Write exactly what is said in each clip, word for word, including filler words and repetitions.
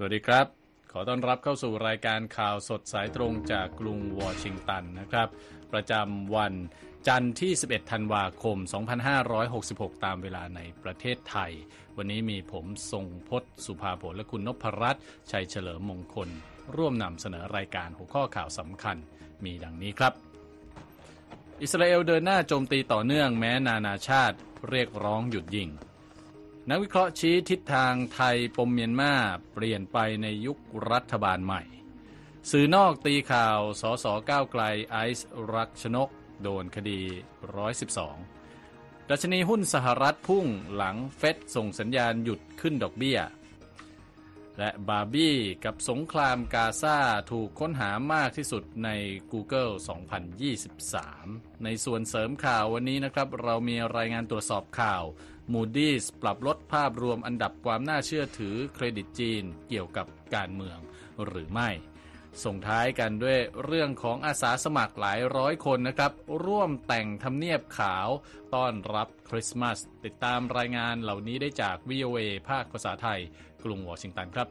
วัสดีครับขอต้อนรับเข้าสู่รายการข่าวสดสายตรงจากกรุงวอชิงตันนะครับประจำวันจันทร์ที่สิบเอ็ดธันวาคมสองพันห้าร้อยหกสิบหกตามเวลาในประเทศไทยวันนี้มีผมทรงพจน์สุภาผลและคุณนพรัตน์ชัยเฉลิมมงคลร่วมนำเสนอรายการหัวข้อข่าวสำคัญมีดังนี้ครับอิสราเอลเดินหน้าโจมตีต่อเนื่องแม้นานาชาติเรียกร้องหยุดยิงนักวิเคราะห์ชี้ทิศทางไทยปมเมียนมาเปลี่ยนไปในยุครัฐบาลใหม่สื่อนอกตีข่าวสสก้าวไกลไอซ์รักชนกโดนคดีหนึ่งร้อยสิบสองดัชนีหุ้นสหรัฐพุ่งหลังเฟดส่งสัญญาณหยุดขึ้นดอกเบี้ยและบาร์บี้กับสงครามกาซาถูกค้นหามากที่สุดใน Google สองพันยี่สิบสามในส่วนเสริมข่าววันนี้นะครับเรามีรายงานตรวจสอบข่าว Moody's ปรับลดภาพรวมอันดับความน่าเชื่อถือเครดิตจีนเกี่ยวกับการเมืองหรือไม่ส่งท้ายกันด้วยเรื่องของอาสาสมัครหลายร้อยคนนะครับร่วมแต่งทำเนียบขาวต้อนรับคริสต์มาสติดตามรายงานเหล่านี้ได้จาก วี โอ เอ ภาคภาษาไทยกรุงวอชิงตันครับ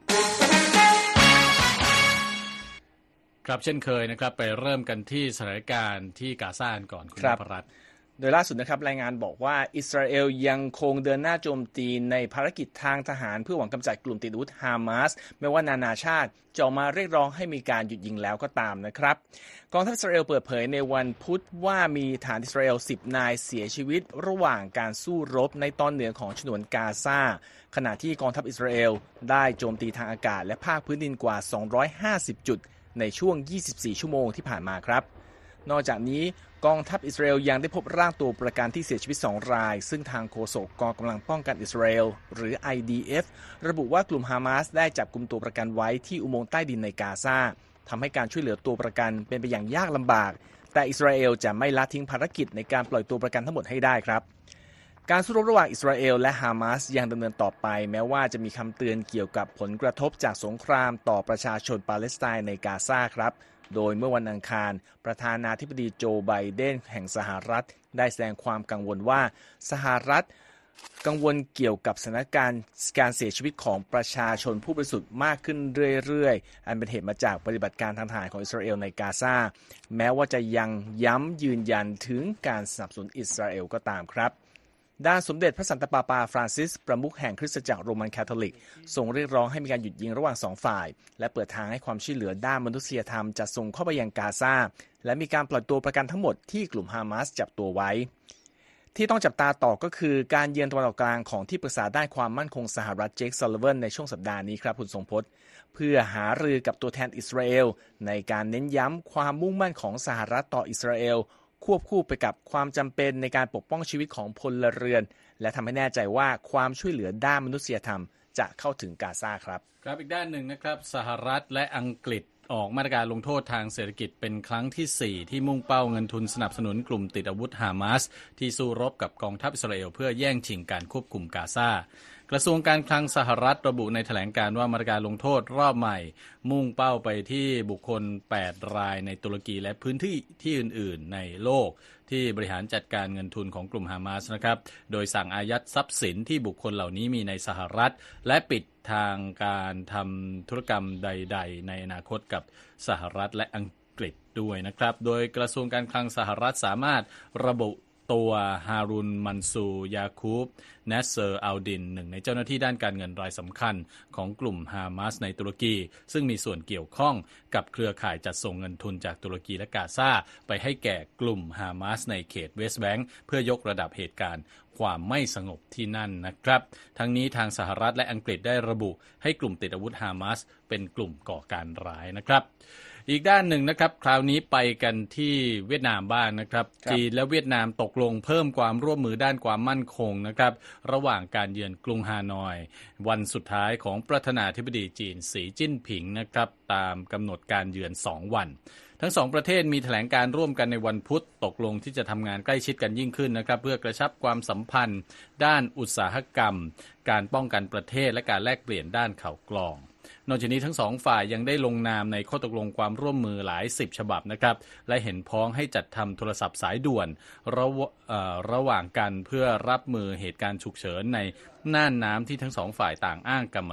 ครับเช่นเคยนะครับไปเริ่มกันที่สถานการณ์ที่กาซาก่อนคุณนพรัตน์โดยล่าสุดนะครับรายงานบอกว่าอิสราเอลยังคงเดินหน้าโจมตีในภารกิจทางทหารเพื่อหวังกำจัดกลุ่มติดอาวุธฮามาสไม่ว่านานาชาติจะออกมาเรียกร้องให้มีการหยุดยิงแล้วก็ตามนะครับกองทัพอิสราเอลเปิดเผยในวันพุธว่ามีทหารอิสราเอลสิบนายเสียชีวิตระหว่างการสู้รบในตอนเหนือของฉนวนกาซาขณะที่กองทัพอิสราเอลได้โจมตีทางอากาศและภาคพื้นดินกว่าสองร้อยห้าสิบจุดในช่วงยี่สิบสี่ชั่วโมงที่ผ่านมาครับนอกจากนี้กองทัพอิสราเอลยังได้พบร่างตัวประกันที่เสียชีวิตสองรายซึ่งทางโฆษกกองกำลังป้องกันอิสราเอลหรือ ไอ ดี เอฟ ระบุว่ากลุ่มฮามาสได้จับกุมตัวประกันไว้ที่อุโมงค์ใต้ดินในกาซาทำให้การช่วยเหลือตัวประกันเป็นไปอย่างยากลำบากแต่อิสราเอลจะไม่ละทิ้งภารกิจในการปล่อยตัวประกันทั้งหมดให้ได้ครับการสู้รบระหว่างอิสราเอลและฮามาสยังดำเนินต่อไปแม้ว่าจะมีคำเตือนเกี่ยวกับผลกระทบจากสงครามต่อประชาชนปาเลสไตน์ในกาซาครับโดยเมื่อวันอังคารประธานาธิบดีโจไบเดนแห่งสหรัฐได้แสดงความกังวลว่าสหรัฐกังวลเกี่ยวกับสถานการณ์การเสียชีวิตของประชาชนผู้บริสุทธิ์มากขึ้นเรื่อยๆอันเป็นเหตุมาจากปฏิบัติการทางทหารของอิสราเอลในกาซาแม้ว่าจะยังย้ำยืนยันถึงการสนับสนุนอิสราเอลก็ตามครับด้านสมเด็จพระสันตะปาปาฟรานซิสประมุขแห่งคริสตจักรโรมันคาทอลิกทรงเรียกร้องให้มีการหยุดยิงระหว่างสองฝ่ายและเปิดทางให้ความช่วยเหลือด้านมนุษยธรรมจะส่งเข้าไปยังกาซาและมีการปล่อยตัวประกันทั้งหมดที่กลุ่มฮามาสจับตัวไว้ที่ต้องจับตาต่อก็คือการเยือนตะวันออกกลางของที่ปรึกษาด้านความมั่นคงสหรัฐเจคซัลลิเวนในช่วงสัปดาห์นี้ครับคุณทรงพจน์เพื่อหารือกับตัวแทนอิสราเอลในการเน้นย้ำความมุ่งมั่นของสหรัฐต่ออิสราเอลควบคู่ไปกับความจำเป็นในการปกป้องชีวิตของพลเรือนและทำให้แน่ใจว่าความช่วยเหลือด้านมนุษยธรรมจะเข้าถึงกาซาครับครับอีกด้านหนึ่งนะครับสหรัฐและอังกฤษออกมาตรการลงโทษทางเศรษฐกิจเป็นครั้งที่สี่ที่มุ่งเป้าเงินทุนสนับสนุนกลุ่มติดอาวุธฮามาสที่สู้รบกับกองทัพอิสราเอลเพื่อแย่งชิงการควบคุมกาซากระทรวงการคลังสหรัฐระบุในแถลงการว่ามาตรการลงโทษรอบใหม่มุ่งเป้าไปที่บุคคลแปดรายในตุรกีและพื้นที่ที่อื่นๆในโลกที่บริหารจัดการเงินทุนของกลุ่มฮามาสนะครับโดยสั่งอายัดทรัพย์สินที่บุคคลเหล่านี้มีในสหรัฐและปิดทางการทำธุรกรรมใดๆในอนาคตกับสหรัฐและอังกฤษด้วยนะครับโดยกระทรวงการคลังสหรัฐสามารถระบุตัวฮารุนมันซูยาคูบเนสเซอร์อัลดินหนึ่งในเจ้าหน้าที่ด้านการเงินรายสำคัญของกลุ่มฮามาสในตุรกีซึ่งมีส่วนเกี่ยวข้องกับเครือข่ายจัดส่งเงินทุนจากตุรกีและกาซาไปให้แก่กลุ่มฮามาสในเขตเวสต์แบงก์เพื่อยกระดับเหตุการณ์ความไม่สงบที่นั่นนะครับทั้งนี้ทางสหรัฐและอังกฤษได้ระบุให้กลุ่มติดอาวุธฮามาสเป็นกลุ่มก่อการร้ายนะครับอีกด้านหนึ่งนะครับคราวนี้ไปกันที่เวียดนามบ้าง น, นะครับจีนและเวียดนามตกลงเพิ่มความร่วมมือด้านความมั่นคงนะครับระหว่างการเยือนกรุงฮานอยวันสุดท้ายของประธานาธิบดีจีนสีจิ้นผิงนะครับตามกำหนดการเยือนสองวันทั้งสองประเทศมีแถลงการร่วมกันในวันพุธตกลงที่จะทำงานใกล้ชิดกันยิ่งขึ้นนะครับเพื่อกระชับความสัมพันธ์ด้านอุตสาหกรรมการป้องกันประเทศและการแลกเปลี่ยนด้านข่าวกรองนอกจากนี้ทั้งสองฝ่ายยังได้ลงนามในข้อตกลงความร่วมมือหลายสิบฉบับนะครับและเห็นพ้องให้จัดทำโทรศัพท์สายด่วนระเอ่อระหว่างกันเพื่อรับมือเหตุการณ์ฉุกเฉินในน่านน้ำที่ทั้งสองฝ่ายต่างอ้างกรรมสิทธิ์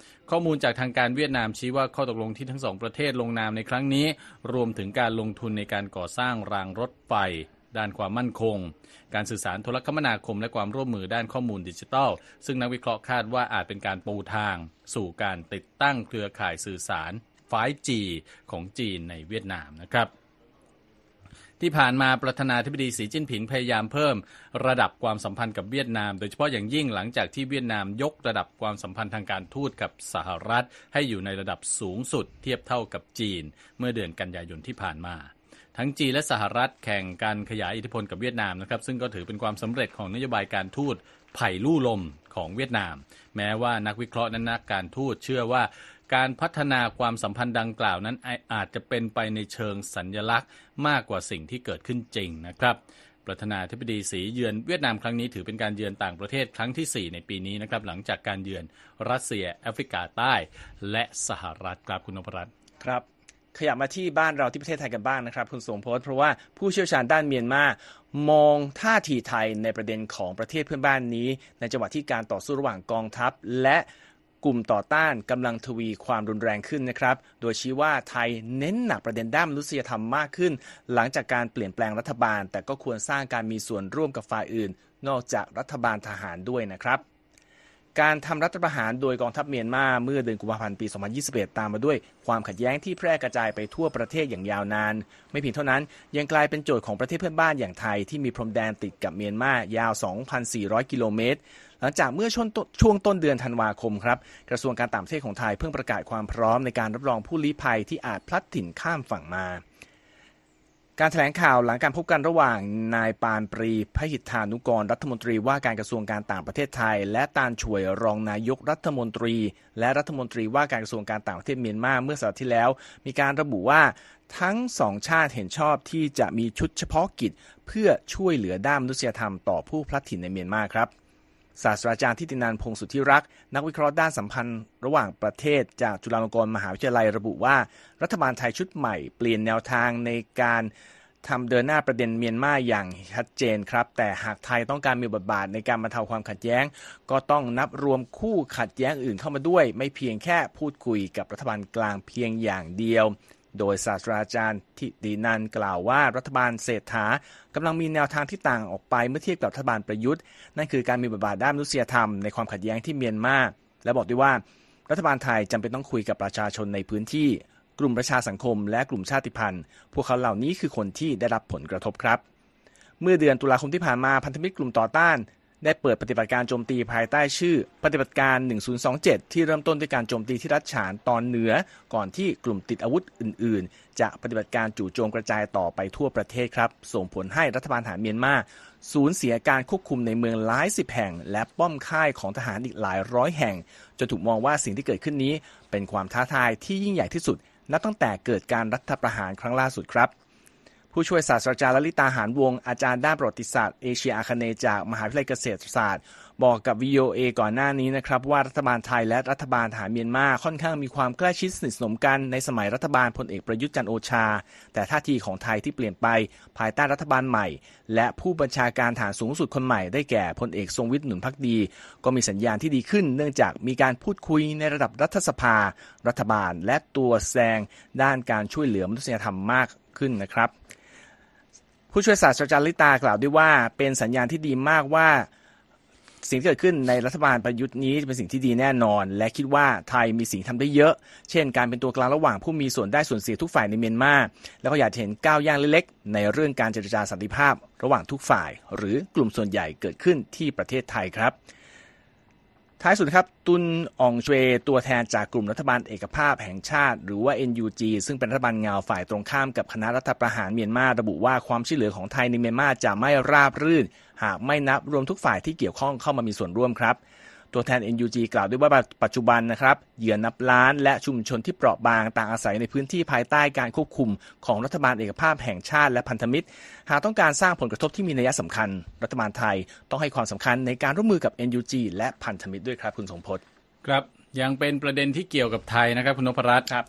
ข้อมูลจากทางการเวียดนามชี้ว่าข้อตกลงที่ทั้งสองประเทศลงนามในครั้งนี้รวมถึงการลงทุนในการก่อสร้างรางรถไฟด้านความมั่นคงการสื่อสารโทรคมนาคมและความร่วมมือด้านข้อมูลดิจิทัลซึ่งนักวิเคราะห์คาดว่าอาจเป็นการปูทางสู่การติดตั้งเครือข่ายสื่อสาร ไฟว์ จี ของจีนในเวียดนามนะครับที่ผ่านมาประธานาธิบดีสีจิ้นผิงพยายามเพิ่มระดับความสัมพันธ์กับเวียดนามโดยเฉพาะอย่างยิ่งหลังจากที่เวียดนามยกระดับความสัมพันธ์ทางการทูตกับสหรัฐให้อยู่ในระดับสูงสุดเทียบเท่ากับจีนเมื่อเดือนกันยายนที่ผ่านมาทั้งจีนและสหรัฐแข่งกันขยายอิทธิพลกับเวียดนามนะครับซึ่งก็ถือเป็นความสำเร็จของนโยบายการทูตไผ่ลู่ลมของเวียดนามแม้ว่านักวิเคราะห์และนักการทูตเชื่อว่าการพัฒนาความสัมพันธ์ดังกล่าวนั้นอาจจะเป็นไปในเชิงสัญลักษณ์มากกว่าสิ่งที่เกิดขึ้นจริงนะครับประธานาธิบดีสีเยือนเวียดนามครั้งนี้ถือเป็นการเยือนต่างประเทศครั้งที่สี่ในปีนี้นะครับหลังจากการเยือนรัสเซียแอฟริกาใต้และสหรัฐครับคุณนพรัตน์ครับขยับมาที่บ้านเราที่ประเทศไทยกันบ้างนะครับคุณสมพศเพราะว่าผู้เชี่ยวชาญด้านเมียนมามองท่าทีไทยในประเด็นของประเทศเพื่อนบ้านนี้ในจังหวะที่การต่อสู้ระหว่างกองทัพและกลุ่มต่อต้านกำลังทวีความรุนแรงขึ้นนะครับโดยชี้ว่าไทยเน้นหนักประเด็นด้านมนุษยธรรมมากขึ้นหลังจากการเปลี่ยนแปลงรัฐบาลแต่ก็ควรสร้างการมีส่วนร่วมกับฝ่ายอื่นนอกจากรัฐบาลทหารด้วยนะครับการทำรัฐประหารโดยกองทัพเมียนมาเมื่อเดือนกุมภาพันธ์ปี สองพันยี่สิบเอ็ด ตามมาด้วยความขัดแย้งที่แพร่กระจายไปทั่วประเทศอย่างยาวนานไม่เพียงเท่านั้นยังกลายเป็นโจทย์ของประเทศเพื่อนบ้านอย่างไทยที่มีพรมแดนติดกับเมียนมายาว สองพันสี่ร้อย กิโลเมตรหลังจากเมื่อช่วงต้นเดือนธันวาคมครับกระทรวงการต่างประเทศของไทยเพิ่งประกาศความพร้อมในการรับรองผู้ลี้ภัยที่อาจพลัดถิ่นข้ามฝั่งมาการแถลงข่าวหลังการพบกันระหว่างนายปานปรีพหิทธานุกรรัฐมนตรีว่าการกระทรวงการต่างประเทศไทยและตาลช่วยรองนายกรัฐมนตรีและรัฐมนตรีว่าการกระทรวงการต่างประเทศเมียนมาเมื่อสัปดาห์ที่แล้วมีการระบุว่าทั้งสองชาติเห็นชอบที่จะมีชุดเฉพาะกิจเพื่อช่วยเหลือด้านมนุษยธรรมต่อผู้พลัดถิ่นในเมียนมาครับศาสตราจารย์ทิตินันท์พงษ์สุทธิรักษ์นักวิเคราะห์ด้านสัมพันธ์ระหว่างประเทศจากจุฬาลงกรณ์มหาวิทยาลัยระบุว่ารัฐบาลไทยชุดใหม่เปลี่ยนแนวทางในการทำเดินหน้าประเด็นเมียนมาอย่างชัดเจนครับแต่หากไทยต้องการมีบทบาทในการบรรเทาความขัดแย้งก็ต้องนับรวมคู่ขัดแย้งอื่นเข้ามาด้วยไม่เพียงแค่พูดคุยกับรัฐบาลกลางเพียงอย่างเดียวโดยศาสตราจารย์ทิตินันท์กล่าวว่ารัฐบาลเศรษฐากำลังมีแนวทางที่ต่างออกไปเมื่อเทียบกับรัฐบาลประยุทธ์นั่นคือการมีบทบาทด้านมนุษยธรรมในความขัดแย้งที่เมียนมาและบอกด้วยว่ารัฐบาลไทยจำเป็นต้องคุยกับประชาชนในพื้นที่กลุ่มประชาสังคมและกลุ่มชาติพันธุ์พวกเขาเหล่านี้คือคนที่ได้รับผลกระทบครับเมื่อเดือนตุลาคมที่ผ่านมาพันธมิตรกลุ่มต่อต้านได้เปิดปฏิบัติการโจมตีภายใต้ชื่อปฏิบัติการหนึ่งศูนย์สองเจ็ดที่เริ่มต้นด้วยการโจมตีที่รัฐฉานตอนเหนือก่อนที่กลุ่มติดอาวุธอื่นๆจะปฏิบัติการจู่โจมกระจายต่อไปทั่วประเทศครับส่งผลให้รัฐบาลทหารเมียนมาสูญเสียการควบคุมในเมืองหลายสิบแห่งและป้อมค่ายของทหารอีกหลายร้อยแห่งจนถูกมองว่าสิ่งที่เกิดขึ้นนี้เป็นความท้าทายที่ยิ่งใหญ่ที่สุดนับตั้งแต่เกิดการรัฐประหารครั้งล่าสุดครับผู้ช่วยศาสตราจารย์ลลิตาหารวงศ์อาจารย์ด้านประวัติศาสตร์เอเชียอาคเนย์จากมหาวิทยาลัยเกษตรศาสตร์บอกกับ วี โอ เอ ก่อนหน้านี้นะครับว่ารัฐบาลไทยและรัฐบาลทหารเมียนมาค่อนข้างมีความใกล้ชิดสนิทสนมกันในสมัยรัฐบาลพลเอกประยุทธ์จันทร์โอชาแต่ท่าทีของไทยที่เปลี่ยนไปภายใต้รัฐบาลใหม่และผู้บัญชาการทหารสูงสุดคนใหม่ได้แก่พลเอกทรงวิทย์หนุนภักดีก็มีสัญญาณที่ดีขึ้นเนื่องจากมีการพูดคุยในระดับรัฐสภารัฐบาลและตัวแซงด้านการช่วยเหลือมนุษยธรรมมากขึ้นนะครับผู้ช่วยศาสตราจารย์ลลิตากล่าวด้วยว่าเป็นสัญญาณที่ดีมากว่าสิ่งที่เกิดขึ้นในรัฐบาลประยุทธ์นี้เป็นสิ่งที่ดีแน่นอนและคิดว่าไทยมีสิ่งทำได้เยอะเช่นการเป็นตัวกลางระหว่างผู้มีส่วนได้ส่วนเสียทุกฝ่ายในเมียนมาแล้วก็อยากเห็นก้าวย่างเล็กๆในเรื่องการเจรจาสันติภาพระหว่างทุกฝ่ายหรือกลุ่มส่วนใหญ่เกิดขึ้นที่ประเทศไทยครับท้ายสุดครับตุนอองเจวตัวแทนจากกลุ่มรัฐบาลเอกภาพแห่งชาติหรือว่า เอ็น ยู จี ซึ่งเป็นรัฐบาลเงาฝ่ายตรงข้ามกับคณะรัฐประหารเมียนมาระบุว่าความช่วยเหลือของไทยในเมียนมาจะไม่ราบรื่นหากไม่นับรวมทุกฝ่ายที่เกี่ยวข้องเข้ามามีส่วนร่วมครับตัวแทน เอ็น ยู จี กล่าวด้วยว่าปัจจุบันนะครับเหยื่อนับล้านและชุมชนที่เปราะบางต่างอาศัยในพื้นที่ภายใต้การควบคุมของรัฐบาลเอกภาพแห่งชาติและพันธมิตรหากต้องการสร้างผลกระทบที่มีนัยสำคัญรัฐบาลไทยต้องให้ความสำคัญในการร่วมมือกับ เอ็น ยู จี และพันธมิตรด้วยครับคุณสมพศครับยังเป็นประเด็นที่เกี่ยวกับไทยนะครับคุณนพรัตน์ครับ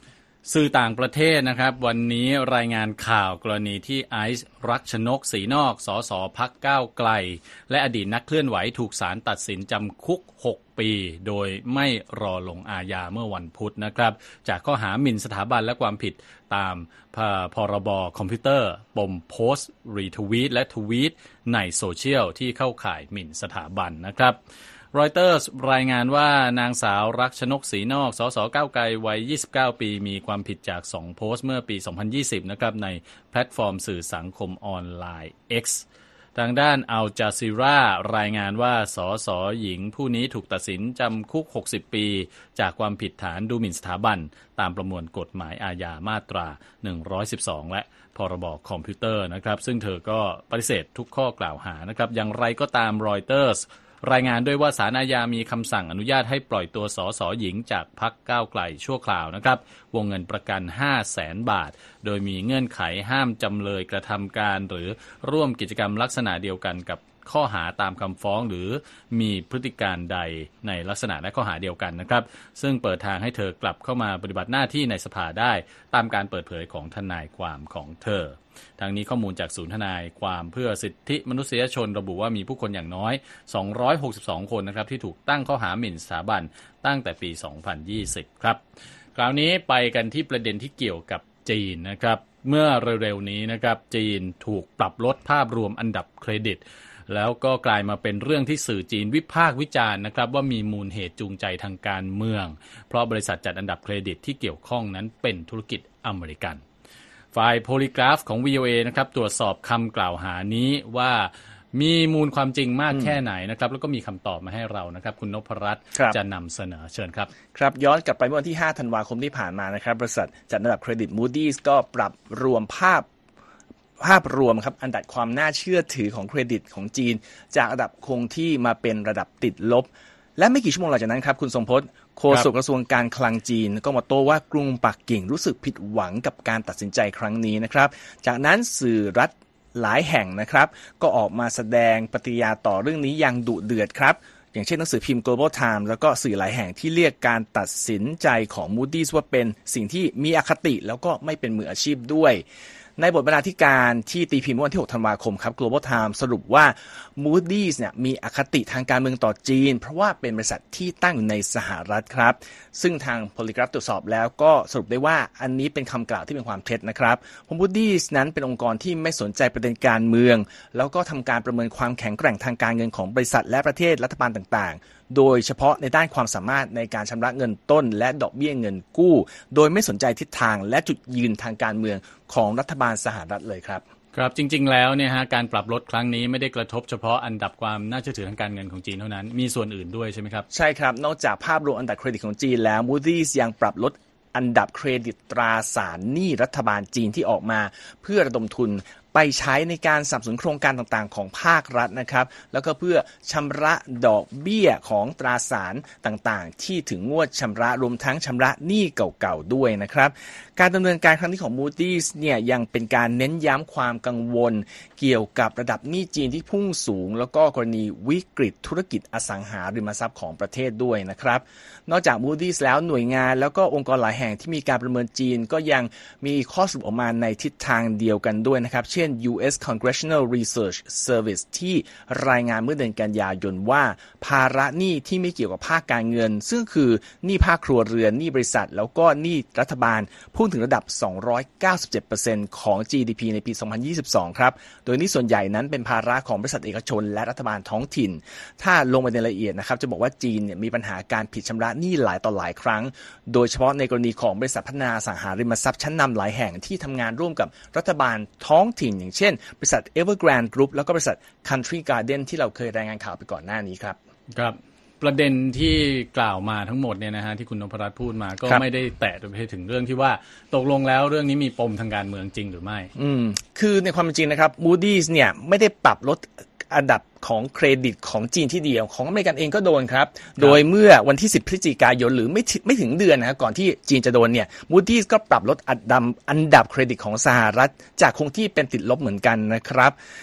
สื่อต่างประเทศนะครับวันนี้รายงานข่าวกรณีที่ไอซ์รักชนกศรีนอกสสพรรคก้าวไกลและอดีตนักเคลื่อนไหวถูกศาลตัดสินจำคุกหกปีโดยไม่รอลงอาญาเมื่อวันพุธนะครับจากข้อหาหมิ่นสถาบันและความผิดตามพรบคอมพิวเตอร์ปมโพสต์รีทวีตและทวีตในโซเชียลที่เข้าข่ายหมิ่นสถาบันนะครับรอยเตอร์สรายงานว่านางสาวรักชนกศรีนอกสสก้าวไกลวัยยี่สิบเก้าปีมีความผิดจากสองโพสต์เมื่อปีสองพันยี่สิบนะครับในแพลตฟอร์มสื่อสังคมออนไลน์ X ทางด้านอัลจาซีรารายงานว่าสสหญิงผู้นี้ถูกตัดสินจำคุกหกสิบปีจากความผิดฐานดูหมิ่นสถาบันตามประมวลกฎหมายอาญามาตราหนึ่งร้อยสิบสองและพรบคอมพิวเตอร์นะครับซึ่งเธอก็ปฏิเสธทุกข้อกล่าวหานะครับอย่างไรก็ตามรอยเตอร์สรายงานด้วยว่าศาลอาญามีคำสั่งอนุญาตให้ปล่อยตัวสสหญิงจากพรรคก้าวไกลชั่วคราวนะครับวงเงินประกัน ห้าแสน บาทโดยมีเงื่อนไขห้ามจำเลยกระทำการหรือร่วมกิจกรรมลักษณะเดียวกันกับข้อหาตามคำฟ้องหรือมีพฤติการใดในลักษณะและข้อหาเดียวกันนะครับซึ่งเปิดทางให้เธอกลับเข้ามาปฏิบัติหน้าที่ในสภาได้ตามการเปิดเผยของทนายความของเธอทางนี้ข้อมูลจากศูนย์ทนายความเพื่อสิทธิมนุษยชนระบุว่ามีผู้คนอย่างน้อยสองร้อยหกสิบสองคนนะครับที่ถูกตั้งข้อหาหมิ่นสถาบันตั้งแต่ปีสองพันยี่สิบครับคราวนี้ไปกันที่ประเด็นที่เกี่ยวกับจีนนะครับเมื่อเร็วๆนี้นะครับจีนถูกปรับลดภาพรวมอันดับเครดิตแล้วก็กลายมาเป็นเรื่องที่สื่อจีนวิพากษ์วิจารณ์นะครับว่ามีมูลเหตุจูงใจทางการเมืองเพราะบริษัทจัดอันดับเครดิตที่เกี่ยวข้องนั้นเป็นธุรกิจอเมริกันฝ่ายโพลีกราฟของ วี โอ เอ นะครับตรวจสอบคำกล่าวหานี้ว่ามีมูลความจริงมากแค่ไหนนะครับแล้วก็มีคำตอบมาให้เรานะครับคุณนพรัตน์จะนำเสนอเชิญครับครับย้อนกลับไปเมื่อวันที่ห้าธันวาคมที่ผ่านมานะครับบริษัทจัดอันดับเครดิต Moody's ก็ปรับรวมภาพภาพรวมครับอันดับความน่าเชื่อถือของเครดิตของจีนจากระดับคงที่มาเป็นระดับติดลบและไม่กี่ชั่วโมงหลังจากนั้นครับคุณทรงพจน์โฆษกกระทรวงการคลังจีนก็มาโต้ว่ากรุงปักกิ่งรู้สึกผิดหวังกับการตัดสินใจครั้งนี้นะครับจากนั้นสื่อรัฐหลายแห่งนะครับก็ออกมาแสดงปฏิกิริยาต่อเรื่องนี้อย่างดุเดือดครับอย่างเช่นหนังสือพิมพ์ Global Times แล้วก็สื่อหลายแห่งที่เรียกการตัดสินใจของ Moody's ว่าเป็นสิ่งที่มีอคติแล้วก็ไม่เป็นมืออาชีพด้วยในบทบรรณาธิการที่ตีพิมพ์เมื่อวันที่หกธันวาคมครับ Global Times สรุปว่า Moody's เนี่ยมีอคติทางการเมืองต่อจีนเพราะว่าเป็นบริษัทที่ตั้งอยู่ในสหรัฐครับซึ่งทาง Polygraph ตรวจสอบแล้วก็สรุปได้ว่าอันนี้เป็นคำกล่าวที่เป็นความเท็จนะครับ Moody's นั้นเป็นองค์กรที่ไม่สนใจประเด็นการเมืองแล้วก็ทำการประเมินความแข็งแกร่งทางการเงินของบริษัทและประเทศรัฐบาลต่างๆโดยเฉพาะในด้านความสามารถในการชำระเงินต้นและดอกเบี้ยเงินกู้โดยไม่สนใจทิศทางและจุดยืนทางการเมืองของรัฐบาลสหรัฐเลยครับครับจริงๆแล้วเนี่ยฮะการปรับลดครั้งนี้ไม่ได้กระทบเฉพาะอันดับความน่าเชื่อถือทางการเงินของจีนเท่านั้นมีส่วนอื่นด้วยใช่ไหมครับใช่ครับนอกจากภาพรวมอันดับเครดิตของจีนแล้ว Moody's ยังปรับลดอันดับเครดิตตราสารหนี้รัฐบาลจีนที่ออกมาเพื่อระดมทุนไปใช้ในการสนับสนุนโครงการต่างๆของภาครัฐนะครับแล้วก็เพื่อชำระดอกเบี้ยของตราสารต่างๆที่ถึงงวดชำระรวมทั้งชำระหนี้เก่าๆด้วยนะครับการดำเนินการครั้งนี้ของ Moody's เนี่ยยังเป็นการเน้นย้ำความกังวลเกี่ยวกับระดับหนี้จีนที่พุ่งสูงแล้วก็กรณีวิกฤตธุรกิจอสังหาริมทรัพย์ของประเทศด้วยนะครับนอกจาก Moody's แล้วหน่วยงานแล้วก็องค์กรหลายแห่งที่มีการประเมินจีนก็ยังมีข้อสรุปออกมาในทิศทางเดียวกันด้วยนะครับเช่น ยู เอส Congressional Research Service ที่รายงานเมื่อเดือนกันยายนว่าภาระหนี้ที่ไม่เกี่ยวกับภาคการเงินซึ่งคือหนี้ภาคครัวเรือนหนี้บริษัทแล้วก็หนี้รัฐบาลพุ่งถึงระดับ สองร้อยเก้าสิบเจ็ดเปอร์เซ็นต์ ของ จี ดี พี ในปี สองพันยี่สิบสอง ครับโดยหนี้ส่วนใหญ่นั้นเป็นภาระของบริษัทเอกชนและรัฐบาลท้องถิ่นถ้าลงไปในรายละเอียดนะครับจะบอกว่าจีนเนี่ยมีปัญหาการผิดชำระหนี้หลายต่อหลายครั้งโดยเฉพาะในกรณีของบริษัทพัฒนาอสังหาริมทรัพย์ชั้นนำหลายแห่งที่ทำงานร่วมกับรัฐบาลท้องถิ่นอย่างเช่นบริษัท Evergrande Group แล้วก็บริษัท Country Garden ที่เราเคยรายงานข่าวไปก่อนหน้านี้ครับครับประเด็นที่กล่าวมาทั้งหมดเนี่ยนะฮะที่คุณนพรัตน์พูดมาก็ไม่ได้แตะไปถึงเรื่องที่ว่าตกลงแล้วเรื่องนี้มีปมทางการเมืองจริงหรือไม่อืมคือในความเป็นจริงนะครับ Moody's เนี่ยไม่ได้ปรับลดอันดับของเครดิตของจีนที่เดียวของอเมริกันเองก็โดนครับโดยเมื่อวันที่สิบพฤศจิกายนหรือไม่ไม่ถึงเดือนนะครับก่อนที่จีนจะโดนเนี่ย Moody's ก็ปรับลดอันดับอันดับเครดิตของสหรัฐจากคงที่เป็นติดลบเหมือนกันนะครับ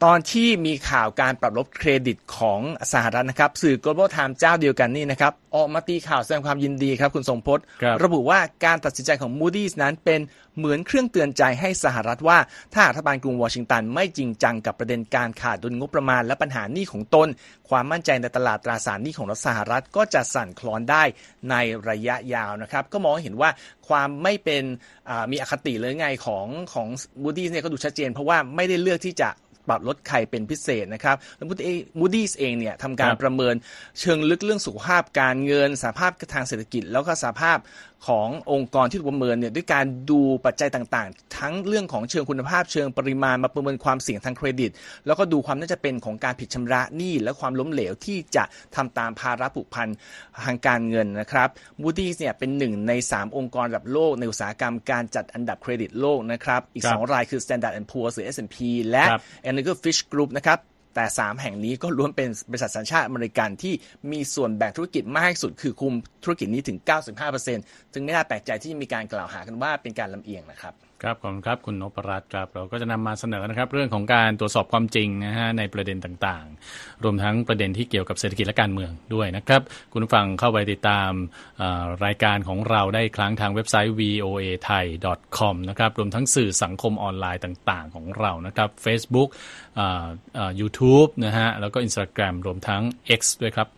ตอนที่มีข่าวการปรับลดเครดิตของสหรัฐนะครับสื่อ Global Times เจ้าเดียวกันนี่นะครับออกมาตีข่าวแสดงความยินดีครับคุณทรงพจน์ระบุว่าการตัดสินใจของ Moody's นั้นเป็นเหมือนเครื่องเตือนใจให้สหรัฐว่าถ้ารัฐบาลกรุงวอชิงตันไม่จริงจังกับประเด็นการขาดดุลงบประมาณและปัญหาหนี้ของตนความมั่นใจในตลาดตราสารหนี้ของรัฐสหรัฐก็จะสั่นคลอนได้ในระยะยาวนะครับก็มองเห็นว่าความไม่เป็นมีอคติเลยไงของของ Moody's เนี่ยก็ดูชัดเจนเพราะว่าไม่ได้เลือกที่จะปรับลดใครเป็นพิเศษนะครับแล้ว Moody's เองเนี่ยทำการประเมินเชิงลึกเรื่องสุขภาพการเงินสภาพทางเศรษฐกิจแล้วก็สภาพขององค์กรที่ถูกประเมินเนี่ยด้วยการดูปัจจัยต่างๆทั้งเรื่องของเชิงคุณภาพเชิงปริมาณมาประเมินความเสี่ยงทางเครดิตแล้วก็ดูความน่าจะเป็นของการผิดชำระหนี้และความล้มเหลวที่จะทำตามภาระผูกพันทางการเงินนะครับ Moody's เนี่ยเป็นหนึ่งในสามองค์กรระดับโลกในอุตสาหกรรมการจัดอันดับเครดิตโลกนะครับอีกสองรายคือ Standard แอนด์ Poor's หรือ เอส แอนด์ พี และ Enager Fitch Group นะครับแต่สามแห่งนี้ก็ล้วนเป็นบริษัทสัญชาติอเมริกันที่มีส่วนแบ่งธุรกิจมากที่สุดคือคุมธุรกิจนี้ถึง เก้าสิบห้าเปอร์เซ็นต์ จึงไม่น่าแปลกใจที่มีการกล่าวหากันว่าเป็นการลำเอียงนะครับครับขอบคุณครับคุณนพรัตน์ครับเราก็จะนำมาเสนอนะครับเรื่องของการตรวจสอบความจริงนะฮะในประเด็นต่างๆรวมทั้งประเด็นที่เกี่ยวกับเศรษฐกิจและการเมืองด้วยนะครับคุณผู้ฟังเข้าไปติดตามรายการของเราได้ครั้งทางเว็บไซต์ วี โอ เอ ไทย ดอท คอม นะครับรวมทั้งสื่อสังคมออนไลน์ต่างๆของเรานะครับ Facebook อ่าอ่า YouTube นะฮะแล้วก็ Instagram รวมทั้ง X ด้วยครับ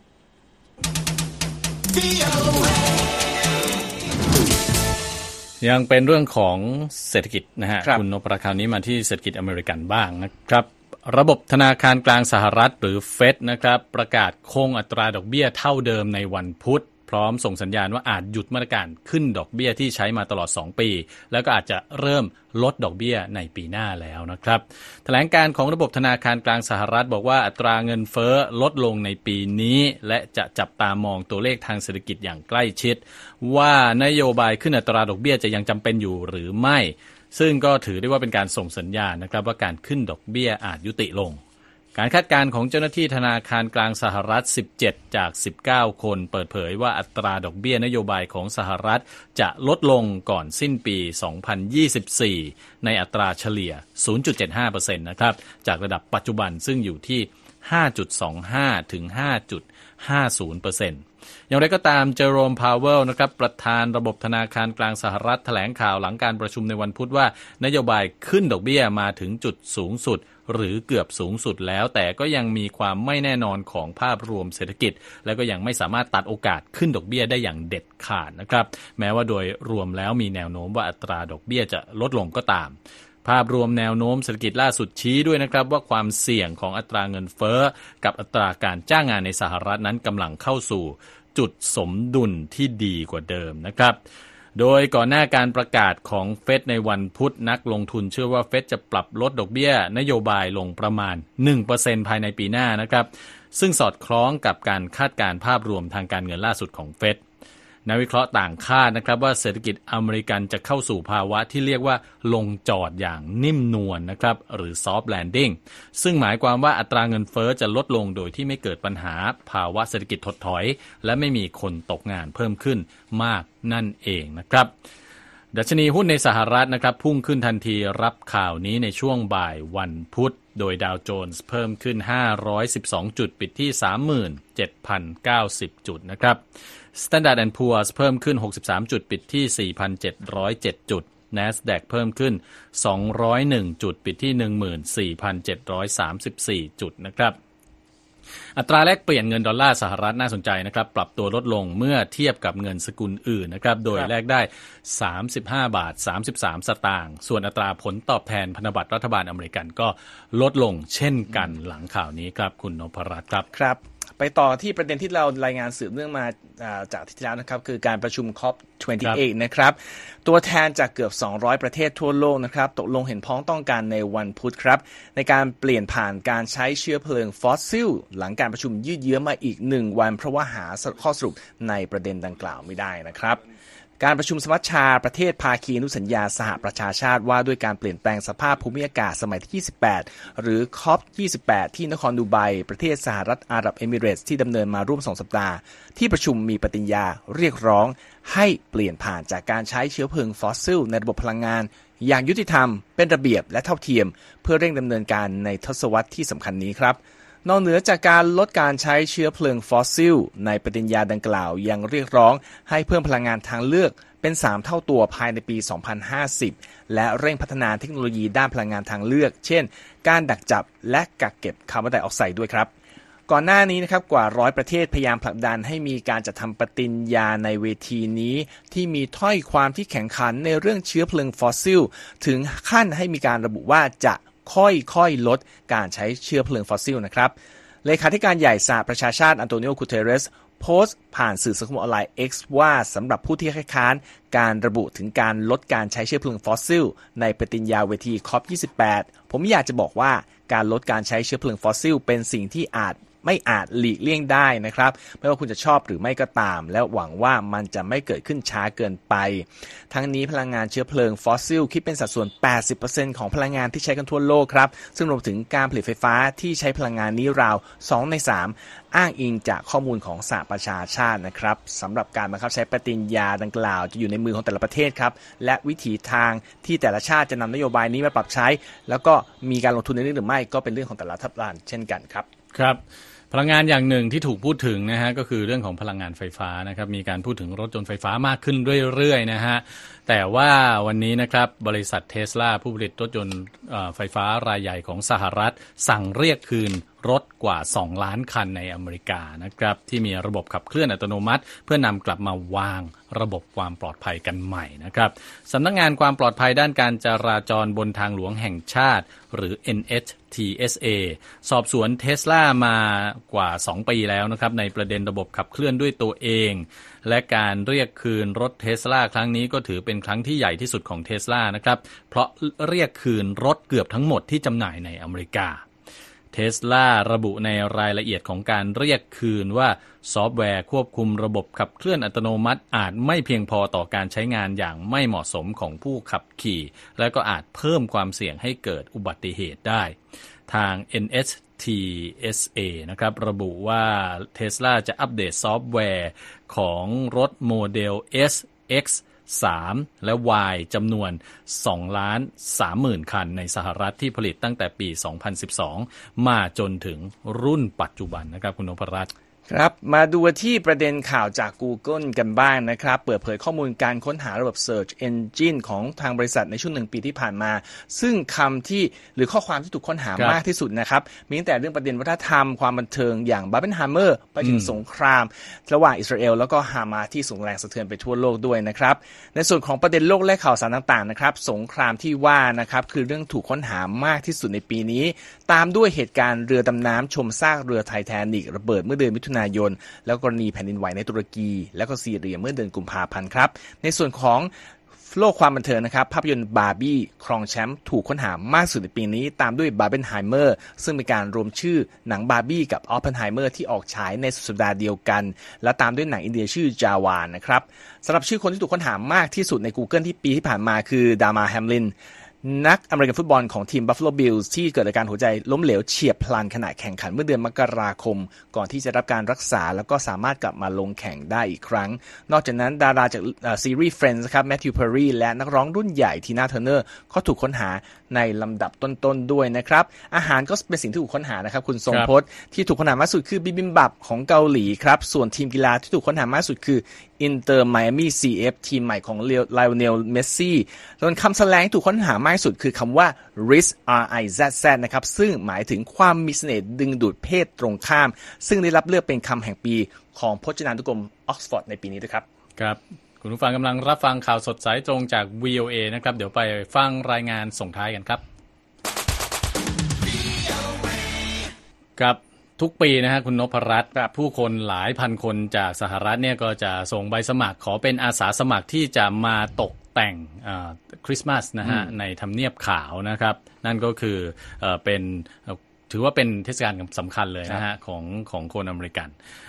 ยังเป็นเรื่องของเศรษฐกิจนะฮะ คุณนพรัตน์คราวนี้มาที่เศรษฐกิจอเมริกันบ้างนะครับระบบธนาคารกลางสหรัฐหรือเฟดนะครับประกาศคงอัตราดอกเบี้ยเท่าเดิมในวันพุธพร้อมส่งสัญญาณว่าอาจหยุดมาตรการขึ้นดอกเบี้ยที่ใช้มาตลอดสองปีแล้วก็อาจจะเริ่มลดดอกเบี้ยในปีหน้าแล้วนะครับแถลงการของระบบธนาคารกลางสหรัฐบอกว่าอัตราเงินเฟ้อลดลงในปีนี้และจะจับตามองตัวเลขทางเศรษฐกิจอย่างใกล้ชิดว่านโยบายขึ้นอัตราดอกเบี้ยจะยังจำเป็นอยู่หรือไม่ซึ่งก็ถือได้ว่าเป็นการส่งสัญญาณนะครับว่าการขึ้นดอกเบี้ยอาจยุติลงการคาดการณ์ของเจ้าหน้าที่ธนาคารกลางสหรัฐสิบเจ็ดจากสิบเก้าคนเปิดเผยว่าอัตราดอกเบี้ยนโยบายของสหรัฐจะลดลงก่อนสิ้นปีสองพันยี่สิบสี่ในอัตราเฉลี่ย ศูนย์จุดเจ็ดห้าเปอร์เซ็นต์ นะครับจากระดับปัจจุบันซึ่งอยู่ที่ ห้าจุดสองห้า ถึง ห้าจุดห้าศูนย์เปอร์เซ็นต์ อย่างไรก็ตามเจอโรมพาวเวลนะครับประธานระบบธนาคารกลางสหรัฐแถลงข่าวหลังการประชุมในวันพุธว่านโยบายขึ้นดอกเบี้ยมาถึงจุดสูงสุดหรือเกือบสูงสุดแล้วแต่ก็ยังมีความไม่แน่นอนของภาพรวมเศรษฐกิจและก็ยังไม่สามารถตัดโอกาสขึ้นดอกเบี้ยได้อย่างเด็ดขาดนะครับแม้ว่าโดยรวมแล้วมีแนวโน้มว่าอัตราดอกเบี้ยจะลดลงก็ตามภาพรวมแนวโน้มเศรษฐกิจล่าสุดชี้ด้วยนะครับว่าความเสี่ยงของอัตราเงินเฟ้อกับอัตราการจ้างงานในสหรัฐนั้นกำลังเข้าสู่จุดสมดุลที่ดีกว่าเดิมนะครับโดยก่อนหน้าการประกาศของเฟดในวันพุธนักลงทุนเชื่อว่าเฟดจะปรับลดดอกเบี้ยนโยบายลงประมาณ หนึ่งเปอร์เซ็นต์ ภายในปีหน้านะครับซึ่งสอดคล้องกับการคาดการณ์ภาพรวมทางการเงินล่าสุดของเฟดนักวิเคราะห์ต่างคาดนะครับว่าเศรษฐกิจอเมริกันจะเข้าสู่ภาวะที่เรียกว่าลงจอดอย่างนิ่มนวล นะครับหรือ soft landing ซึ่งหมายความว่าอัตราเงินเฟ้อจะลดลงโดยที่ไม่เกิดปัญหาภาวะเศรษฐกิจถดถอยและไม่มีคนตกงานเพิ่มขึ้นมากนั่นเองนะครับดัชนีหุ้นในสหรัฐนะครับพุ่งขึ้นทันทีรับข่าวนี้ในช่วงบ่ายวันพุธโดยดาวโจนส์เพิ่มขึ้นห้าร้อยสิบสองจุดปิดที่ สามหมื่นเจ็ดพันเก้าสิบ จุดนะครับStandard แอนด์ Poor's เพิ่มขึ้นหกสิบสามจุดปิดที่ สี่พันเจ็ดร้อยเจ็ด จุด NASDAQ เพิ่มขึ้นสองร้อยเอ็ดจุดปิดที่ หนึ่งหมื่นสี่พันเจ็ดร้อยสามสิบสี่ จุดนะครับอัตราแลกเปลี่ยนเงินดอลลาร์สหรัฐน่าสนใจนะครับปรับตัวลดลงเมื่อเทียบกับเงินสกุลอื่นนะครับโดยแลกได้สามสิบห้าบาทสามสิบสามสตางค์ส่วนอัตราผลตอบแทนพันธบัตรรัฐบาลอเมริกันก็ลดลงเช่นกันหลังข่าวนี้ครับคุณนพรัตน์ครับครับไปต่อที่ประเด็นที่เรารายงานสืบเนื่องมาจากที่แล้วนะครับคือการประชุม ซี โอ พี ยี่สิบแปด นะครับตัวแทนจากเกือบสองร้อยประเทศทั่วโลกนะครับตกลงเห็นพ้องต้องกันในวันพุธครับในการเปลี่ยนผ่านการใช้เชื้อเพลิงฟอสซิลหลังการประชุมยืดเยื้อมาอีกหนึ่งวันเพราะว่าหาข้อสรุปในประเด็นดังกล่าวไม่ได้นะครับการประชุมสมัชชาประเทศภาคีอนุสัญญาสหประชาชาติว่าด้วยการเปลี่ยนแปลงสภาพภูมิอากาศสมัยที่ยี่สิบแปดหรือ ซี โอ พี ยี่สิบแปด ที่นครดูไบประเทศสหรัฐอาหรับเอมิเรตส์ที่ดำเนินมาร่วมสองสัปดาห์ที่ประชุมมีปฏิญญาเรียกร้องให้เปลี่ยนผ่านจากการใช้เชื้อเพลิงฟอสซิลในระบบพลังงานอย่างยุติธรรมเป็นระเบียบและเท่าเทียมเพื่อเร่งดำเนินการในทศวรรษที่สำคัญนี้ครับนอกเหนือจากการลดการใช้เชื้อเพลิงฟอสซิลในปฏิญญาดังกล่าวยังเรียกร้องให้เพิ่มพลังงานทางเลือกเป็นสามเท่าตัวภายในปีสองพันห้าสิบและเร่งพัฒนาเทคโนโลยีด้านพลังงานทางเลือกเช่นการดักจับและกักเก็บคาร์บอนไดออกไซด์ด้วยครับก่อนหน้านี้นะครับกว่าร้อยประเทศพยายามผลักดันให้มีการจัดทำปฏิญญาในเวทีนี้ที่มีถ้อยความที่แข็งขันในเรื่องเชื้อเพลิงฟอสซิลถึงขั้นให้มีการระบุว่าจะค่อยๆลดการใช้เชื้อเพลิงฟอสซิลนะครับเลขาธิการใหญ่สหประชาชาติอันโตนิโอ กูเตเรสโพสต์ผ่านสื่อสังคมออนไลน์ X ว่าสำหรับผู้ที่คัดค้านการระบุถึงการลดการใช้เชื้อเพลิงฟอสซิลในปฏิญญาเวที ซี โอ พี ยี่สิบแปด ผมอยากจะบอกว่าการลดการใช้เชื้อเพลิงฟอสซิลเป็นสิ่งที่อาจไม่อาจหลีกเลี่ยงได้นะครับไม่ว่าคุณจะชอบหรือไม่ก็ตามและหวังว่ามันจะไม่เกิดขึ้นช้าเกินไปทั้งนี้พลังงานเชื้อเพลิงฟอสซิลคิดเป็นสัดส่วน แปดสิบเปอร์เซ็นต์ ของพลังงานที่ใช้กันทั่วโลกครับซึ่งรวมถึงการผลิตไฟฟ้าที่ใช้พลังงานนี้ราวสองในสามอ้างอิงจากข้อมูลของสหประชาชาตินะครับสำหรับการบังคับใช้ปฏิญญาดังกล่าวจะอยู่ในมือของแต่ละประเทศครับและวิถีทางที่แต่ละชาติจะนำนโยบายนี้มาปรับใช้แล้วก็มีการลงทุนในนี้หรือไม่ก็เป็นเรื่องของแต่ละรัฐบาลเช่นกันครับครับพลังงานอย่างหนึ่งที่ถูกพูดถึงนะฮะก็คือเรื่องของพลังงานไฟฟ้านะครับมีการพูดถึงรถยนต์ไฟฟ้ามากขึ้นเรื่อยๆนะฮะแต่ว่าวันนี้นะครับบริษัท Tesla ผู้ผลิตรถยนต์ไฟฟ้ารายใหญ่ของสหรัฐสั่งเรียกคืนรถกว่าสองล้านคันในอเมริกานะครับที่มีระบบขับเคลื่อนอัตโนมัติเพื่อนำกลับมาวางระบบความปลอดภัยกันใหม่นะครับสำนักงานความปลอดภัยด้านการจราจรบนทางหลวงแห่งชาติหรือ เอ็น เอช ที เอส เอ สอบสวน Tesla มากว่าสองปีแล้วนะครับในประเด็นระบบขับเคลื่อนด้วยตัวเองและการเรียกคืนรถ Tesla ครั้งนี้ก็ถือเป็นครั้งที่ใหญ่ที่สุดของ Tesla นะครับเพราะเรียกคืนรถเกือบทั้งหมดที่จำหน่ายในอเมริกาTesla ระบุในรายละเอียดของการเรียกคืนว่าซอฟต์แวร์ควบคุมระบบขับเคลื่อนอัตโนมัติอาจไม่เพียงพอต่อการใช้งานอย่างไม่เหมาะสมของผู้ขับขี่และก็อาจเพิ่มความเสี่ยงให้เกิดอุบัติเหตุได้ทาง เอ็น เอช ที เอส เอ นะครับระบุว่า Tesla จะอัปเดตซอฟต์แวร์ของรถโมเดล S Xสามและ Y จำนวน สองล้านสามหมื่น คันในสหรัฐที่ผลิตตั้งแต่ปี สองพันสิบสอง มาจนถึงรุ่นปัจจุบันนะครับคุณนพรัตน์ครับมาดูที่ประเด็นข่าวจาก Google กันบ้างนะครับเปิดเผยข้อมูลการค้นหาระบบ Search Engine ของทางบริษัทในช่วงหนึ่งปีที่ผ่านมาซึ่งคำที่หรือข้อความที่ถูกค้นหามากที่สุดนะครับมีตั้งแต่เรื่องประเด็นวัฒนธรรมความบันเทิงอย่าง Barbenheimer ไปถึงสงครามระหว่างอิสราเอลแล้วก็ฮามาสที่ส่งแรงสะเทือนไปทั่วโลกด้วยนะครับในส่วนของประเด็นโลกและข่าวสารต่างๆนะครับสงครามที่ว่านะครับคือเรื่องถูกค้นหามากที่สุดในปีนี้ตามด้วยเหตุการณ์เรือดำน้ำชมซากเรือไททานิกระเบิดเมื่อเดือนมิถุนายนแล้วกรณีแผ่นดินไหวในตุรกีและก็ซีเรียเมื่อเดือนกุมภาพันธ์ครับในส่วนของโลกความบันเทิงนะครับภาพยนตร์บาร์บี้ครองแชมป์ถูกค้นหามากสุดในปีนี้ตามด้วย Barbenheimer ซึ่งเป็นการรวมชื่อหนังบาร์บี้กับ Oppenheimer ที่ออกฉายในสุดสัปดาห์เดียวกันและตามด้วยหนังอินเดียชื่อจาวานนะครับสำหรับชื่อคนที่ถูกค้นหามากที่สุดใน Google ที่ปีที่ผ่านมาคือดามาแฮมลินนักอเมริกันฟุตบอลของทีม Buffalo Bills ที่เกิดอาการหัวใจล้มเหลวเฉียบพลันขณะแข่งขันเมื่อเดือนมกราคมก่อนที่จะรับการรักษาแล้วก็สามารถกลับมาลงแข่งได้อีกครั้งนอกจากนั้นดาราจากซีรีส์ Friends ครับแมทธิว เพอร์รี่และนักร้องรุ่นใหญ่ทีน่า เทอร์เนอร์ก็ถูกค้นหาในลำดับต้นๆด้วยนะครับอาหารก็เป็นสิ่งที่ถูกค้นหานะครับคุณทรงพจน์ที่ถูกค้นหามากสุดคือบิบิมบับของเกาหลีครับส่วนทีมกีฬาที่ถูกค้นหามากสุดคืออินเตอร์ไมอามี่ ซี เอฟ ทีมใหม่ของไลโอเนล เมสซี่ส่วนคำแสดงที่ถูกค้นหามากที่สุดคือคำว่า ริซ อาร์ ไอ แซด แซด นะครับซึ่งหมายถึงความมีเสน่ห์ดึงดูดเพศตรงข้ามซึ่งได้รับเลือกเป็นคำแห่งปีของพจนานุกรมออกซฟอร์ดในปีนี้ด้วยครับครับคุณผู้ฟังกำลังรับฟังข่าวสดสายตรงจาก วี โอ เอ นะครับเดี๋ยวไปฟังรายงานส่งท้ายกันครับครับทุกปีนะฮะคุณนพรัตน์ผู้คนหลายพันคนจากสหรัฐเนี่ยก็จะส่งใบสมัครขอเป็นอาสาสมัครที่จะมาตกแต่งคริสต์มาสนะฮะในทำเนียบขาวนะครับนั่นก็คือเอ่อเป็นถือว่าเป็นเทศกาลสำคัญเลยนะฮะของของคนอเมริกัน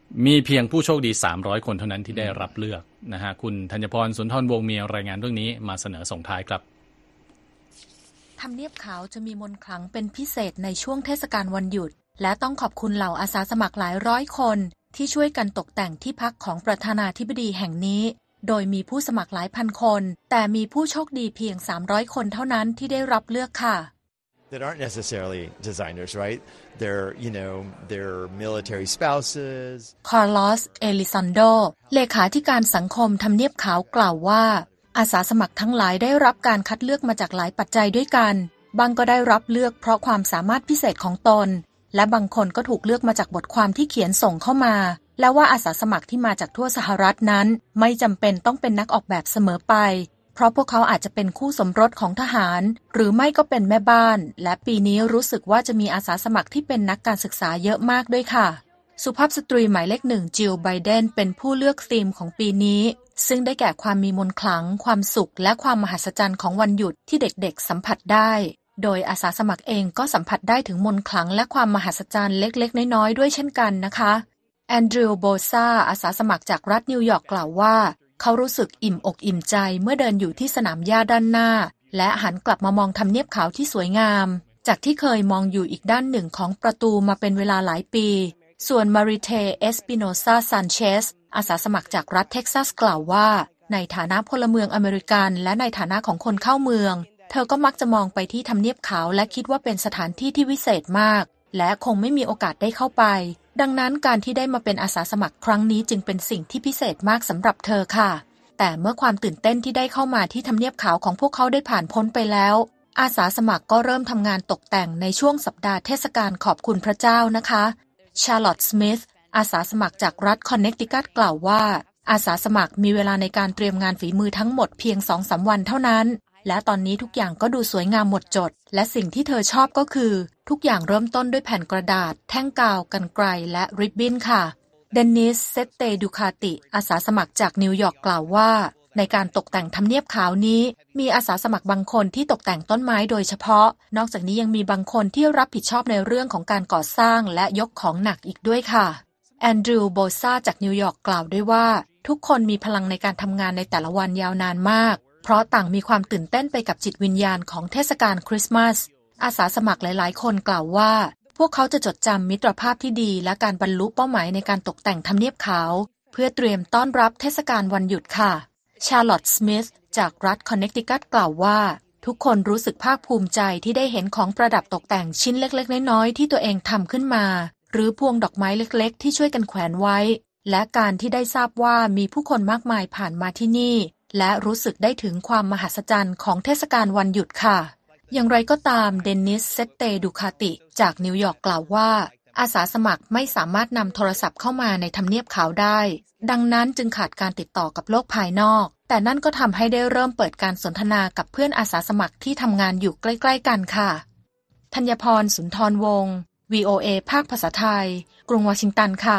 มีเพียงผู้โชคดีสามร้อยคนเท่านั้นที่ได้รับเลือกนะฮะคุณธัญพรสุนทรวงศ์มีรายงานเรื่องนี้มาเสนอส่งท้ายครับทำเนียบขาวจะมีมนต์ขลังเป็นพิเศษในช่วงเทศกาลวันหยุดและต้องขอบคุณเหล่าอาสาสมัครหลายร้อยคนที่ช่วยกันตกแต่งที่พักของประธานาธิบดีแห่งนี้โดยมีผู้สมัครหลายพันคนแต่มีผู้โชคดีเพียงสามร้อยคนเท่านั้นที่ได้รับเลือกค่ะ that aren't necessarily designers, right? They're, you know, they're military spouses. Carlos Elizondo เลขาธิการสังคมทำเนียบขาวกล่าวว่าอาสาสมัครทั้งหลายได้รับการคัดเลือกมาจากหลายปัจจัยด้วยกันบางก็ได้รับเลือกเพราะความสามารถพิเศษของตนและบางคนก็ถูกเลือกมาจากบทความที่เขียนส่งเข้ามาและว่าอาสาสมัครที่มาจากทั่วสหรัฐนั้นไม่จำเป็นต้องเป็นนักออกแบบเสมอไปเพราะพวกเขาอาจจะเป็นคู่สมรสของทหารหรือไม่ก็เป็นแม่บ้านและปีนี้รู้สึกว่าจะมีอาสาสมัครที่เป็นนักการศึกษาเยอะมากด้วยค่ะสุภาพสตรีหมายเลขหนึ่งจิลไบเดนเป็นผู้เลือกธีมของปีนี้ซึ่งได้แก่ความมีมนต์ขลังความสุขและความมหัศจรรย์ของวันหยุดที่เด็กๆสัมผัสได้โดยอาสาสมัครเองก็สัมผัสได้ถึงมนต์ขลังและความมหัศจรรย์เล็กๆน้อยๆด้วยเช่นกันนะคะแอนดรูว์โบซาอาสาสมัครจากรัฐนิวยอร์กกล่าวว่าเขารู้สึกอิ่มอกอิ่มใจเมื่อเดินอยู่ที่สนามหญ้าด้านหน้าและหันกลับมามองทำเนียบขาวที่สวยงามจากที่เคยมองอยู่อีกด้านหนึ่งของประตูมาเป็นเวลาหลายปีส่วนมาริเทเอสปิโนซาซานเชสอาสาสมัครจากรัฐเท็กซัสกล่าวว่าในฐานะพลเมืองอเมริกันและในฐานะของคนเข้าเมืองเธอก็มักจะมองไปที่ทำเนียบขาวและคิดว่าเป็นสถานที่ที่วิเศษมากและคงไม่มีโอกาสได้เข้าไปดังนั้นการที่ได้มาเป็นอาสาสมัครครั้งนี้จึงเป็นสิ่งที่พิเศษมากสำหรับเธอค่ะแต่เมื่อความตื่นเต้นที่ได้เข้ามาที่ทำเนียบขาวของพวกเขาได้ผ่านพ้นไปแล้วอาสาสมัครก็เริ่มทำงานตกแต่งในช่วงสัปดาห์เทศกาลขอบคุณพระเจ้านะคะชาร์ลอตต์สมิธอาสาสมัครจากรัฐคอนเนคติคัตกล่าวว่าอาสาสมัครมีเวลาในการเตรียมงานฝีมือทั้งหมดเพียง สองถึงสาม วันเท่านั้นและตอนนี้ทุกอย่างก็ดูสวยงามหมดจดและสิ่งที่เธอชอบก็คือทุกอย่างเริ่มต้นด้วยแผ่นกระดาษแท่งกาวกรรไกรและริบบิ้นค่ะเดนิสเซตเตดูคาติอาสาสมัครจากนิวยอร์กกล่าวว่าในการตกแต่งทำเนียบขาวนี้มีอาสาสมัครบางคนที่ตกแต่งต้นไม้โดยเฉพาะนอกจากนี้ยังมีบางคนที่รับผิดชอบในเรื่องของการก่อสร้างและยกของหนักอีกด้วยค่ะแอนดรูว์โบซาจากนิวยอร์กกล่าวด้วยว่าทุกคนมีพลังในการทำงานในแต่ละวันยาวนานมากเพราะต่างมีความตื่นเต้นไปกับจิตวิญญาณของเทศกาลคริสต์มาสอาสาสมัครหลายๆคนกล่าวว่าพวกเขาจะจดจำมิตรภาพที่ดีและการบรรลุเป้าหมายในการตกแต่งทำเนียบขาวเพื่อเตรียมต้อนรับเทศกาลวันหยุดค่ะชาร์ลอตต์สมิธจากรัฐคอนเนคติคัตกล่าวว่าทุกคนรู้สึกภาคภูมิใจที่ได้เห็นของประดับตกแต่งชิ้นเล็กๆน้อยๆที่ตัวเองทำขึ้นมาหรือพวงดอกไม้เล็กๆที่ช่วยกันแขวนไว้และการที่ได้ทราบว่ามีผู้คนมากมายผ่านมาที่นี่และรู้สึกได้ถึงความมหัศจรรย์ของเทศกาลวันหยุดค่ะอย่างไรก็ตามเดนิสเซตเตดูคาติจากนิวยอร์กกล่าวว่าอาสาสมัครไม่สามารถนำโทรศัพท์เข้ามาในทำเนียบขาวได้ดังนั้นจึงขาดการติดต่อกับโลกภายนอกแต่นั่นก็ทำให้ได้เริ่มเปิดการสนทนากับเพื่อนอาสาสมัครที่ทำงานอยู่ใกล้ๆกันค่ะธัญพรสุนทรวงศ์ วี โอ เอ ภาคภาษาไทยกรุงวอชิงตันค่ะ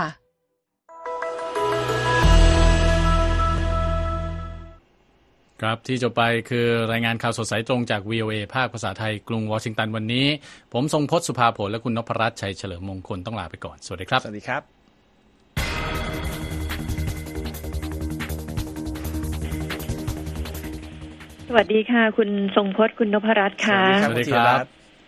ครับที่จบไปคือรายงานข่าวสดสายตรงจาก วี โอ เอ ภาคภาษาไทยกรุงวอชิงตันวันนี้ผมทรงพจน์สุภาผลและคุณนพรัตน์ชัยเฉลิมมงคลต้องลาไปก่อนสวัสดีครับสวัสดีครับสวัสดีค่ะคุณทรงพจน์คุณนพรัตน์ค่ะสวัสดีครับ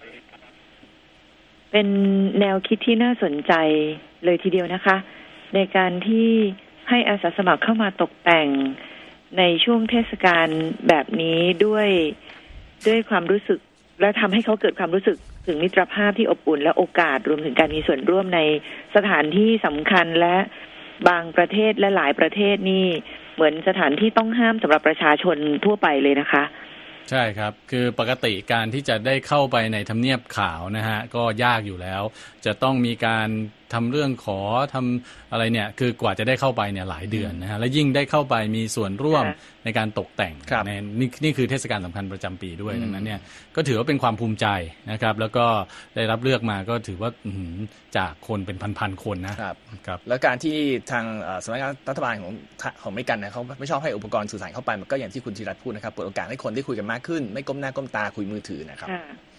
เป็นแนวคิดที่น่าสนใจเลยทีเดียวนะคะในการที่ให้อาสาสมัครเข้ามาตกแต่งในช่วงเทศกาลแบบนี้ด้วยด้วยความรู้สึกและทำให้เขาเกิดความรู้สึกถึงมิตรภาพที่อบอุ่นและโอกาสรวมถึงการมีส่วนร่วมในสถานที่สำคัญและบางประเทศและหลายประเทศนี่เหมือนสถานที่ต้องห้ามสำหรับประชาชนทั่วไปเลยนะคะใช่ครับคือปกติการที่จะได้เข้าไปในทำเนียบขาวนะฮะก็ยากอยู่แล้วจะต้องมีการทำเรื่องขอทำอะไรเนี่ยคือกว่าจะได้เข้าไปเนี่ยหลายเดือนนะฮะและยิ่งได้เข้าไปมีส่วนร่วมในการตกแต่งในนี่นี่คือเทศกาลสำคัญประจำปีด้วยดังนั้นเนี่ยก็ถือว่าเป็นความภูมิใจนะครับแล้วก็ได้รับเลือกมาก็ถือว่าจากคนเป็นพันๆคนนะครับครับแล้วการที่ทางสำนักงานรัฐบาลของของอเมริกันนะเขาไม่ชอบให้อุปกรณ์สื่อสารเข้าไปมันก็อย่างที่คุณธีรัตน์พูดนะครับเปิดโอกาสให้คนได้คุยกันมากขึ้นไม่ก้มหน้าก้มตาคุยมือถือนะครับ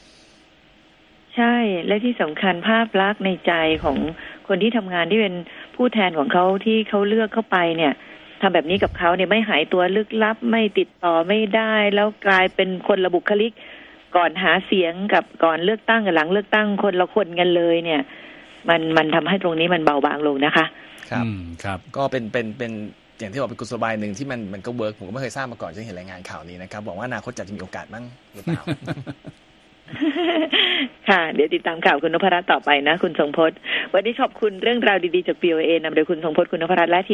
ใช่และที่สำคัญภาพลักษณ์ในใจของคนที่ทำงานที่เป็นผู้ผู้แทนของเขาที่เขาเลือกเข้าไปเนี่ยทำแบบนี้กับเขาเนี่ยไม่หายตัวลึกลับไม่ติดต่อไม่ได้แล้วกลายเป็นคนละบุคลิกก่อนหาเสียงกับก่อนเลือกตั้งกับหลังเลือกตั้งคนละคนกันเลยเนี่ยมันมันทำให้ตรงนี้มันเบาบางลงนะคะครับครับก็เป็นเป็นเป็นอย่างที่บอกเป็นกุศโลบายหนึ่งที่มันมันก็เวิร์กผมก็ไม่เคยทราบมาก่อนจะเห็นรายงานข่าวนี้นะครับหวังว่าอนาคตจะมีโอกาสบ้างหรือเปล่าค่ะเดี๋ยวติดตามข่าวคุณนพรัตน์ต่อไปนะคุณทรงพจน์วันนี้ขอบคุณเรื่องราวดีๆจาก วี โอ เอ นำโดยคุณทรงพจน์คุณนพรัตน์และ